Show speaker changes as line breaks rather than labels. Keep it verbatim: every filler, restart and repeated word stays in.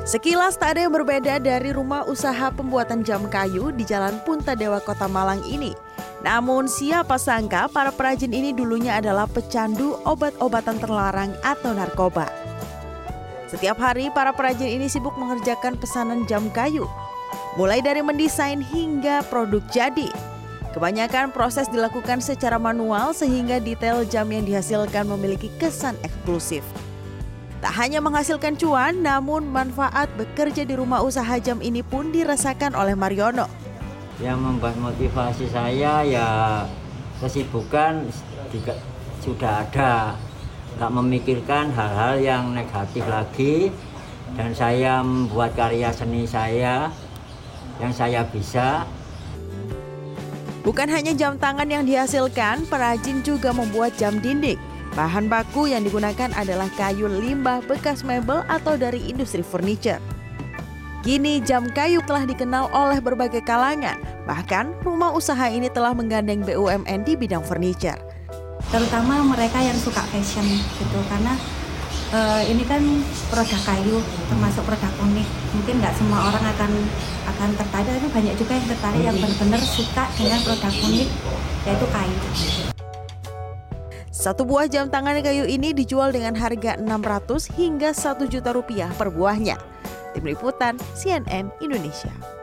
Sekilas tak ada yang berbeda dari rumah usaha pembuatan jam kayu di Jalan Puntadewa, Kota Malang ini. Namun siapa sangka para perajin ini dulunya adalah pecandu obat-obatan terlarang atau narkoba. Setiap hari para perajin ini sibuk mengerjakan pesanan jam kayu, mulai dari mendesain hingga produk jadi. Kebanyakan proses dilakukan secara manual sehingga detail jam yang dihasilkan memiliki kesan eksklusif. Tak hanya menghasilkan cuan, namun manfaat bekerja di rumah usaha jam ini pun dirasakan oleh Mariono.
Yang membuat motivasi saya ya kesibukan juga sudah ada, nggak memikirkan hal-hal yang negatif lagi, dan saya membuat karya seni saya yang saya bisa.
Bukan hanya jam tangan yang dihasilkan, perajin juga membuat jam dinding. Bahan baku yang digunakan adalah kayu limbah bekas mebel atau dari industri furniture. Kini jam kayu telah dikenal oleh berbagai kalangan. Bahkan rumah usaha ini telah menggandeng B U M N di bidang furniture.
Terutama mereka yang suka fashion gitu, karena uh, ini kan produk kayu, termasuk produk unik. Mungkin nggak semua orang akan akan tertarik, tapi banyak juga yang tertarik yang benar-benar suka dengan produk unik, yaitu kayu.
Satu buah jam tangan kayu ini dijual dengan harga enam ratus hingga satu juta rupiah per buahnya. Tim Liputan C N N Indonesia.